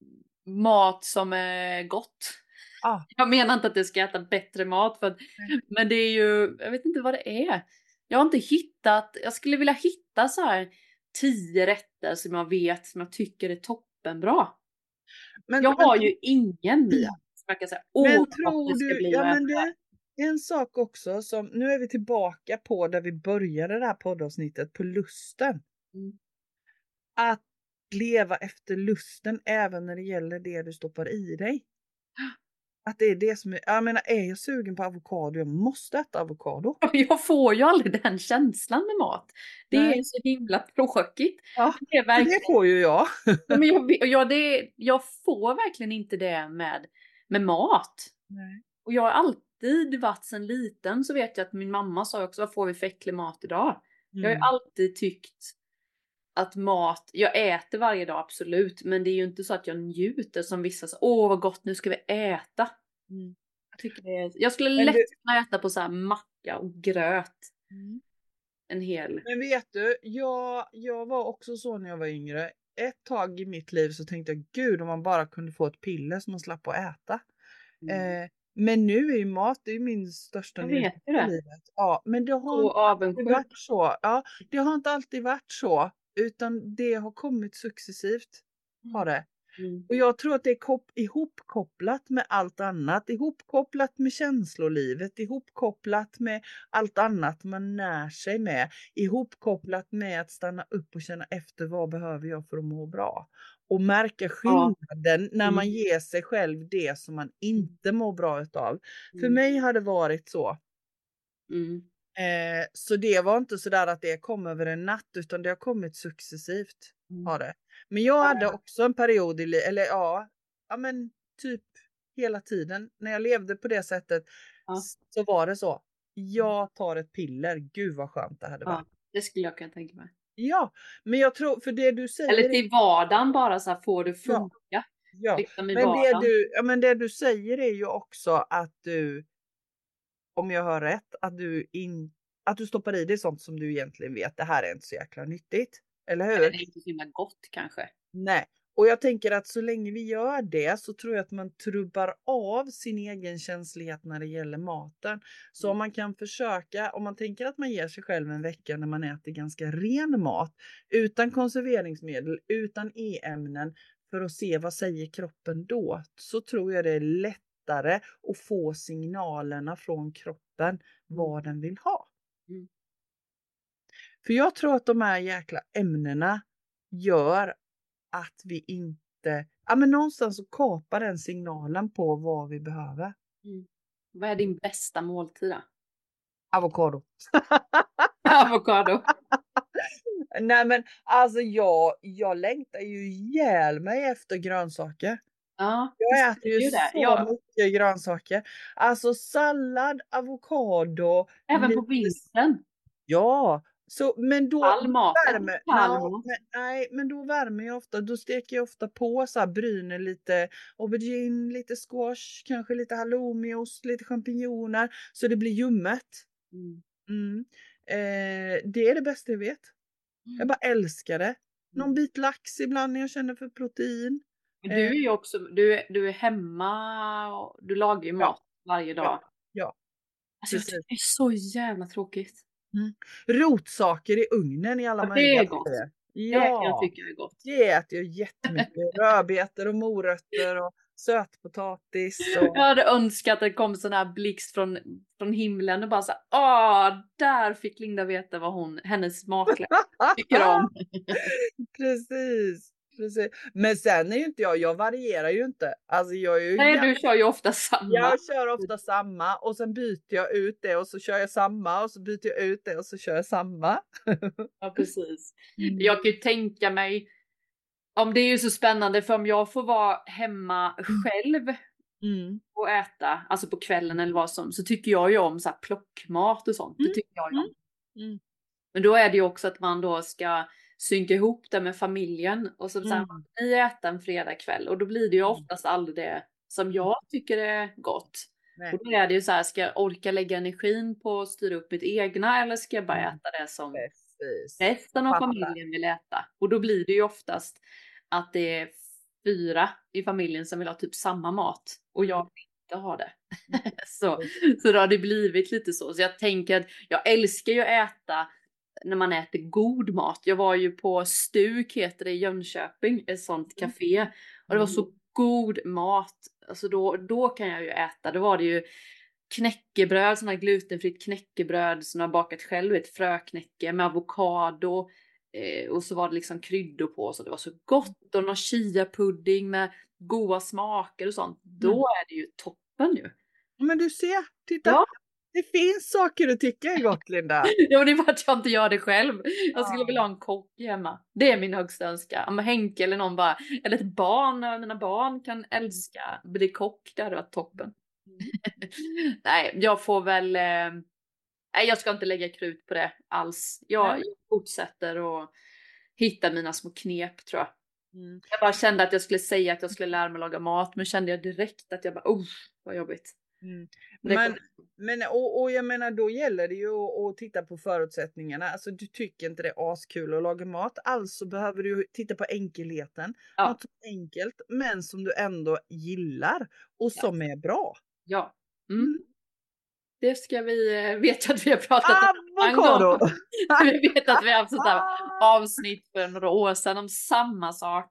mat som är gott. Ja. Jag menar inte att jag ska äta bättre mat. För att, men det är ju, jag vet inte vad det är. Jag har inte hittat, jag skulle vilja hitta så här tio rätter som jag vet, som jag tycker är toppenbra. Men, jag men, har ju ingen Mia. Som jag kan säga, åh men vad tror det ska du, bli ja att men äta. det är en sak också som, nu är vi tillbaka på där vi började det här poddavsnittet, på lusten. Mm. Att leva efter lusten även när det gäller det du stoppar i dig. Att det är det som är, jag menar är jag sugen på avokado, jag måste äta avokado. Jag får ju aldrig den känslan med mat. Det Nej. är så himla tråkigt. Ja, det, är för verkligen... det får ju jag. ja, men jag, jag, det, jag får verkligen inte det med, med mat. Nej. Och jag har alltid varit sen liten, så vet jag att min mamma sa också, vad får vi för äcklig mat idag? Mm. Jag har ju alltid tyckt att mat, jag äter varje dag absolut, men det är ju inte så att jag njuter som vissa så, åh vad gott, nu ska vi äta. Mm. Jag, tycker det är, jag skulle Men lätt du... kunna äta på så här macka och gröt. Mm. En hel. Men vet du, jag, jag var också så när jag var yngre. Ett tag i mitt liv så tänkte jag, gud om man bara kunde få ett piller som man slapp att äta. Mm. Eh, men nu är ju mat, det är min största njutning i livet. Ja, men det har så inte alltid avundsjuk. varit så. Ja, det har inte alltid varit så. Utan det har kommit successivt. Har det. Mm. Och jag tror att det är kop- ihopkopplat med allt annat. Ihopkopplat med känslolivet. Ihopkopplat med allt annat man när sig med. Ihopkopplat med att stanna upp och känna efter vad behöver jag för att må bra. Och märka skillnaden ja. när man ger sig själv det som man inte mår bra utav. Mm. För mig har det varit så. Mm. Eh, så det var inte så där att det kom över en natt, utan det har kommit successivt. Mm. Har det. Men jag hade också en period i livet, eller ja, ja men typ hela tiden när jag levde på det sättet ja. så var det så. Jag tar ett piller, gud vad skönt det hade varit. Ja, det skulle jag kunna tänka mig. Ja, men jag tror för det du säger. Eller till vardagen bara så här, får det funka. Ja, ja. Liksom i men, vardagen. det du, ja men det du säger är ju också att du, om jag hör rätt, att du, in, att du stoppar i dig sånt som du egentligen vet, det här är inte så jäkla nyttigt. Eller hur? Det är inte så himla gott kanske. Nej, och jag tänker att så länge vi gör det så tror jag att man trubbar av sin egen känslighet när det gäller maten. Så om man kan försöka, om man tänker att man ger sig själv en vecka när man äter ganska ren mat, utan konserveringsmedel, utan e-ämnen, för att se vad säger kroppen då, så tror jag det är lättare att få signalerna från kroppen vad den vill ha. Mm. För jag tror att de här jäkla ämnena gör att vi inte, ja men någonstans så kapar den signalen på vad vi behöver. Mm. Vad är din bästa måltid då? Avokado. Avokado. Nej men alltså jag, jag längtar ju ihjäl mig efter grönsaker. Ja, jag äter ju det. så ja. mycket grönsaker. Alltså sallad, avokado. Även lite... på vintern. Ja. Så, men då all mat, värmer, no, men, nej, men då värmer jag ofta, då steker jag ofta på så här, bryner lite aubergine, lite squash, kanske lite halloumiost, lite champinjoner, så det blir ljummet. Mm. Mm. Eh, det är det bästa jag vet. Mm. Jag bara älskar det. Någon mm. bit lax ibland när jag känner för protein. Men du är ju också, du är, du är hemma och du lagar ju mat ja. varje dag. Ja, ja. Alltså jag tycker det är så jävla tråkigt. Mm. Rotsaker i ugnen i alla Ja, det möjliga är gott. färger. Det kan jag Ja, tycka är gott. det äter jag jättemycket. Rödbetor och morötter och sötpotatis Jag och hade önskat att det kom sån här blixt från, från himlen och bara så här, åh, där fick Linda veta vad hon, hennes smaklök tycker om. precis, precis. Men sen är ju inte jag, jag varierar ju inte. Alltså jag är ju Nej, jäm du kör ju ofta samma. jag kör ofta samma och sen byter jag ut det och så kör jag samma och så byter jag ut det och så kör jag samma. Ja, precis. Mm. Jag kan ju tänka mig, om det är ju så spännande, för om jag får vara hemma själv Mm. och äta, alltså på kvällen eller vad som, så tycker jag ju om så här plockmat och sånt. Det Mm. tycker jag ju Mm. om. Mm. Men då är det ju också att man då ska synka ihop det med familjen och så säger Mm. man, ni äter en fredagkväll och då blir det ju Mm. oftast aldrig det som jag tycker är gott. Nej. Och då är det ju så här, ska jag orka lägga energin på att styra upp mitt egna eller ska jag bara Mm. äta det som Precis. resten av Fattar. familjen vill äta? Och då blir det ju oftast att det är fyra i familjen som vill ha typ samma mat och jag vill inte ha det. så, så då har det blivit lite så. Så jag tänker att jag älskar ju att äta när man äter god mat. Jag var ju på Stuk heter det i Jönköping, ett sånt café. Och det var så god mat. Alltså då, då kan jag ju äta. Då var det ju knäckebröd, sådana här glutenfritt knäckebröd som jag har bakat själv, ett fröknäcke med avokado. Eh, och så var det liksom kryddor på, så det var så gott. Och någon chia-pudding med goda smaker och sånt. Då Mm. är det ju toppen ju. Men du ser, titta. Ja. Det finns saker du tycker är gott, Linda. Ja, men det är för att jag inte gör det själv. Jag skulle Ja. vilja ha en kock hemma. Det är min högsta önskan. Om Henke eller någon bara, eller ett barn, av mina barn kan älska bli kock. Det hade varit toppen. Mm. Nej, jag får väl, eh, nej jag ska inte lägga krut på det alls. Jag, Nej. jag fortsätter och hitta mina små knep tror jag. Mm. Jag bara kände att jag skulle säga att jag skulle lära mig laga mat, men kände jag direkt att jag bara, oh, vad jobbigt. Mm. Det Men, kommer- men och, och jag menar då gäller det ju att, att titta på förutsättningarna. Alltså du tycker inte det är askul att laga mat. Alltså behöver du titta på enkelheten. Ja. Något som är enkelt men som du ändå gillar och Ja. som är bra. Ja. Mm. Mm. Det ska vi, eh, vet jag att vi har pratat om en gång. Avokado! Vi vet att vi har haft sånt här avsnitt för några år sedan om samma sak.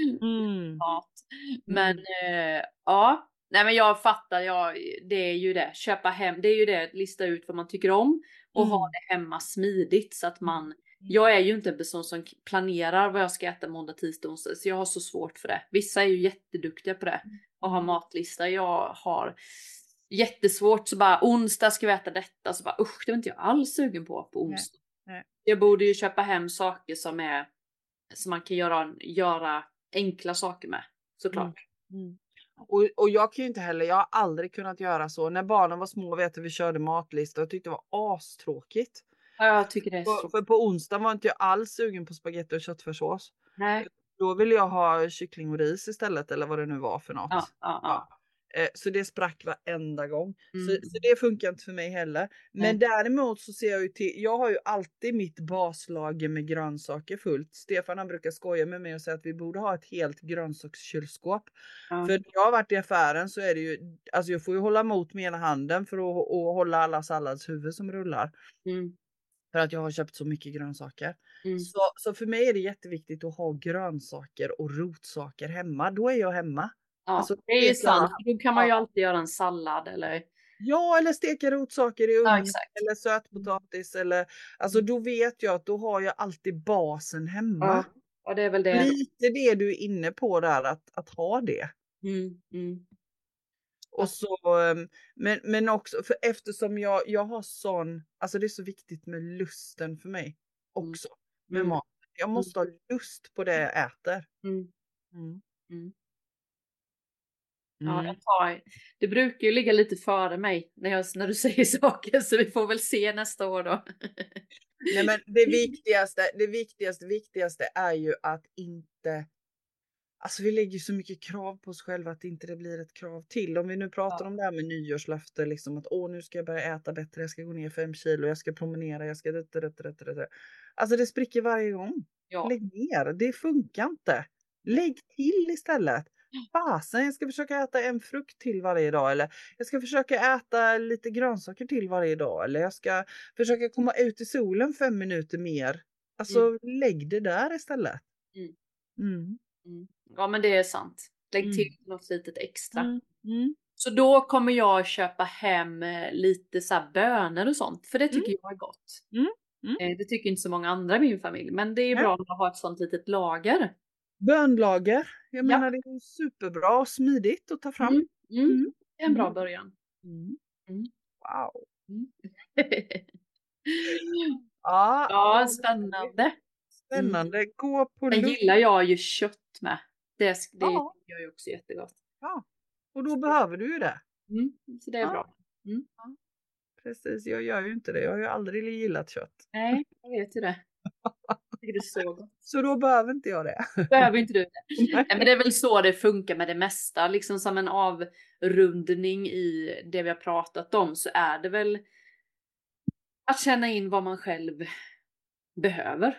Mm. Mat. Men eh, ja, nej men jag fattar, jag, det är ju det, köpa hem, det är ju det, lista ut vad man tycker om och ha Mm. det hemma smidigt så att man, jag är ju inte en person som planerar vad jag ska äta måndag, tisdag, onsdag, så jag har så svårt för det. Vissa är ju jätteduktiga på det och har matlista, jag har jättesvårt, så bara onsdag ska vi äta detta, så bara usch, det var inte jag alls sugen på på onsdag. Nej, nej. Jag borde ju köpa hem saker som är, som man kan göra, göra enkla saker med, såklart. Mm. Och, och jag kan ju inte heller, jag har aldrig kunnat göra så. När barnen var små vet du, vi körde matlista och tyckte det var astråkigt. Ja, jag tycker det är För, så. för på onsdag var inte jag alls sugen på spagetti och köttfärssås. Nej. Då ville jag ha kyckling och ris istället eller vad det nu var för något. Ja, ja, ja. Eh, Så det sprack varenda gång. Mm. Så, så det funkar inte för mig heller. Men Nej. däremot så ser jag ju till, jag har ju alltid mitt baslager med grönsaker fullt. Stefan han brukar skoja med mig och säga att vi borde ha ett helt grönsakskylskåp. Ja. För när jag har varit i affären så är det ju, alltså jag får ju hålla emot med ena handen för att, att hålla alla salladshuvud som rullar. Mm. För att jag har köpt så mycket grönsaker. Mm. Så, så för mig är det jätteviktigt att ha grönsaker och rotsaker hemma. Då är jag hemma. Ja, Alltså, det är ju vet jag- sant. Då kan man ju Ja. alltid göra en sallad eller... Ja, eller steka rotsaker i Ja, ugnen exakt. eller sötpotatis eller alltså då vet jag att då har jag alltid basen hemma. Ja, ja, det är väl det. Lite det du är inne på där att, att ha det. Mm. Mm. Och så, um, men, men också för eftersom jag, jag har sån, alltså det är så viktigt med lusten för mig också med Mm. mat. Jag måste ha lust på det jag äter. Mm. Mm. Mm. Ja, Mm. jag tar, det brukar ju ligga lite före mig när, jag, när du säger saker, så vi får väl se nästa år då. Nej, men det viktigaste, det viktigaste, viktigaste är ju att inte, alltså vi lägger så mycket krav på oss själva att inte det blir ett krav till. Om vi nu pratar Ja. om det här med nyårslöfte, liksom att åh nu ska jag börja äta bättre, jag ska gå ner fem kilo, jag ska promenera, jag ska det, det, det, det, det. Alltså det spricker varje gång. Ja. Lägg ner, det funkar inte. Lägg till istället. fasen, jag ska försöka äta en frukt till varje dag, eller jag ska försöka äta lite grönsaker till varje dag, eller jag ska försöka komma ut i solen fem minuter mer. Mm. Alltså lägg det där istället. Mm. Mm. Mm. Ja, men det är sant. Lägg Mm. till något litet extra. Mm. Mm. Så då kommer jag köpa hem eh, lite så här bönor och sånt, för det Mm. tycker jag är gott. Mm. Mm. Eh, Det tycker inte så många andra i min familj, men det är Ja. bra att ha ett sånt litet lager. Bönlager, jag Ja. menar det är superbra och smidigt att ta fram. Mm. Mm. Mm. Det är en bra Mm. början. Mm. Mm. Wow. Mm. Ja, Ja, vad härligt. spännande. Mm. Spännande. Gå på Sen lunch. gillar jag ju kött med. Det, sk- det Ja, tycker jag ju också jättegott. ja. Och då behöver du ju det. Mm. Så det är Ja. bra. Mm. Ja. Precis, jag gör ju inte det. Jag har ju aldrig gillat kött. Nej, jag vet ju det. Jag tycker det är så gott. Så då behöver inte jag det. Behöver inte du det? Nej. Nej, men det är väl så det funkar med det mesta. Liksom som en avrundning i det vi har pratat om, så är det väl att känna in vad man själv behöver.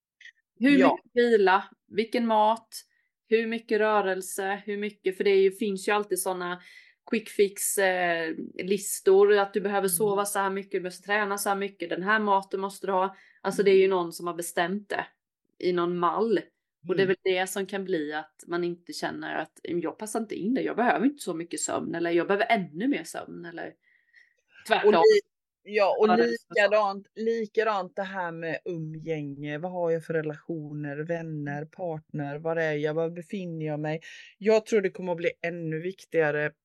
Hur Ja. mycket vila, vilken mat, hur mycket rörelse, hur mycket, för det är ju, finns ju alltid sådana quick fix eh, listor, att du behöver sova så här mycket, du måste träna så här mycket, den här maten måste du ha. Alltså det är ju någon som har bestämt det i någon mall. Och det är väl det som kan bli att man inte känner att jag passar inte in det, jag behöver inte så mycket sömn, eller jag behöver ännu mer sömn, eller Och, tvärtom. li ja, och Ja, det är så. likadant, likadant det här med umgänge. Vad har jag för relationer, vänner, partner? Var är jag? Var befinner jag mig? Jag tror det kommer att bli ännu viktigare att,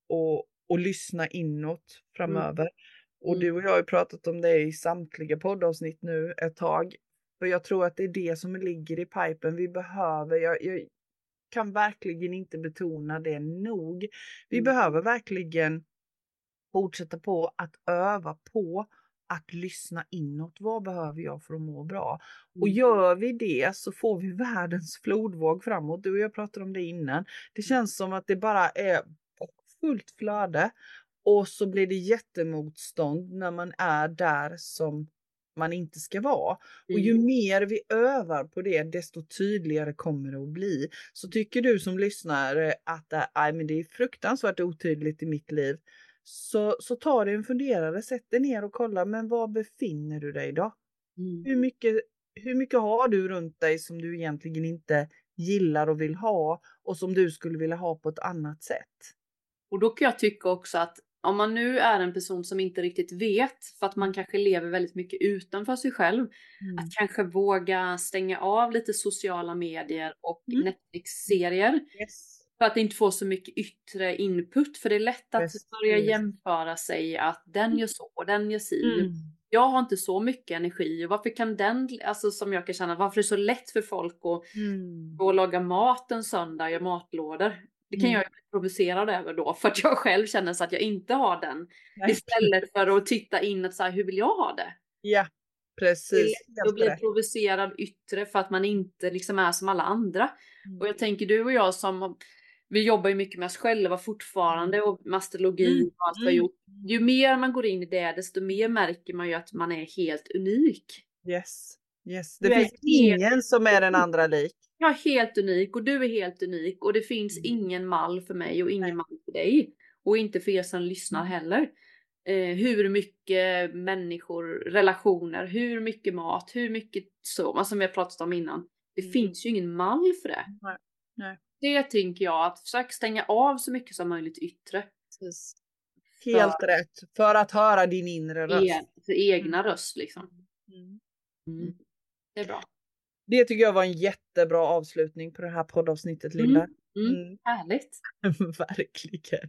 att lyssna inåt framöver. Och Mm. du och jag har ju pratat om det i samtliga poddavsnitt nu ett tag. För jag tror att det är det som ligger i pipen. Vi behöver, jag, jag kan verkligen inte betona det nog. Vi Mm. behöver verkligen fortsätta på att öva på att lyssna inåt. Vad behöver jag för att må bra? Och Mm. gör vi det så får vi världens flodvåg framåt. Du och jag pratade om det innan. Det känns som att det bara är fullt flöde. Och så blir det jättemotstånd när man är där som man inte ska vara. Och ju Mm. mer vi övar på det, desto tydligare kommer det att bli. Så tycker du som lyssnar att äh, men det är fruktansvärt otydligt i mitt liv, så, så ta dig en funderare, sätt dig ner och kolla, men var befinner du dig då? Mm. Hur mycket, hur mycket har du runt dig som du egentligen inte gillar och vill ha och som du skulle vilja ha på ett annat sätt? Och då kan jag tycka också att om man nu är en person som inte riktigt vet, för att man kanske lever väldigt mycket utanför sig själv, Mm. att kanske våga stänga av lite sociala medier och Mm. Netflix-serier. Yes. För att inte få så mycket yttre input. För det är lätt att Precis. börja jämföra sig, att den gör så, den gör si. Mm. Jag har inte så mycket energi, och varför kan den, alltså som jag kan känna, varför är det så lätt för folk att Mm. gå och laga mat en söndag, göra matlådor? Det kan Mm. jag bli provocerad över då, för att jag själv känner så att jag inte har den. Nej. Istället för att titta in och säga, hur vill jag ha det? Ja, Det är precis. lätt att Helt bli rätt. provocerad yttre för att man inte liksom är som alla andra. Mm. Och jag tänker du och jag som, vi jobbar ju mycket med oss själva fortfarande, och med astrologi Mm. och allt vi har Mm. gjort. Ju mer man går in i det, desto mer märker man ju att man är helt unik. Yes. Yes. Det Du är finns helt- ingen som är den andra lik. Jag är helt unik och du är helt unik, och det finns Mm. ingen mall för mig och ingen Nej. mall för dig. Och inte för er som lyssnar Mm. heller. Eh, hur mycket människor, relationer, hur mycket mat, hur mycket så, som vi har pratat om innan. Det Mm. finns ju ingen mall för det. Nej. Nej. Det tänker jag, att försöka stänga av så mycket som möjligt yttre. Precis. Helt rätt. För att höra din inre röst. E- för egna röst liksom. Mm. Mm. Det är bra. Det tycker jag var en jättebra avslutning på det här poddavsnittet, Linda. Mm. Mm. Härligt. Verkligen.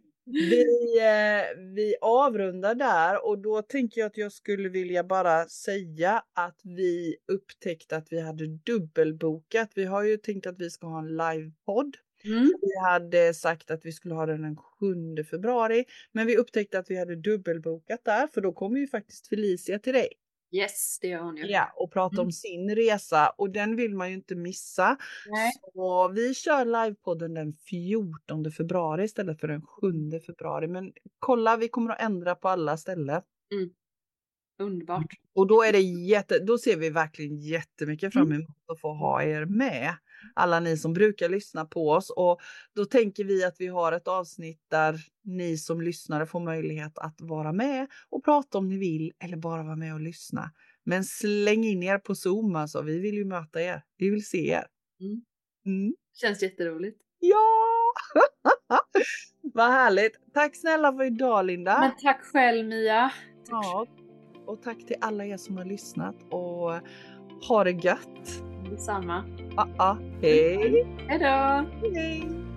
Vi, eh, vi avrundar där, och då tänker jag att jag skulle vilja bara säga att vi upptäckte att vi hade dubbelbokat. Vi har ju tänkt att vi ska ha en livepodd. Mm. Vi hade sagt att vi skulle ha den den sjunde februari, men vi upptäckte att vi hade dubbelbokat där, för då kommer ju faktiskt Felicia till dig. Yes, det gör hon ju. Ja, och prata Mm. om sin resa, och den vill man ju inte missa. Nej. Så vi kör livepodden den fjortonde februari istället för den sjunde februari. Men kolla, vi kommer att ändra på alla ställen. Mm. Underbart. Och då är det jätte, då ser vi verkligen jättemycket fram Mm. emot att få ha er med. Alla ni som brukar lyssna på oss, och då tänker vi att vi har ett avsnitt där ni som lyssnare får möjlighet att vara med och prata om ni vill, eller bara vara med och lyssna. Men släng in er på Zoom, alltså. Vi vill ju möta er. Vi vill se er. Mm. Mm. Känns jätteroligt. Ja! Vad härligt. Tack snälla för idag, Linda. Men tack själv, Mia. Tack. Ja, och tack till alla er som har lyssnat, och ha det gött. Detsamma. Ja, ja. Hej. Hej då. Hej.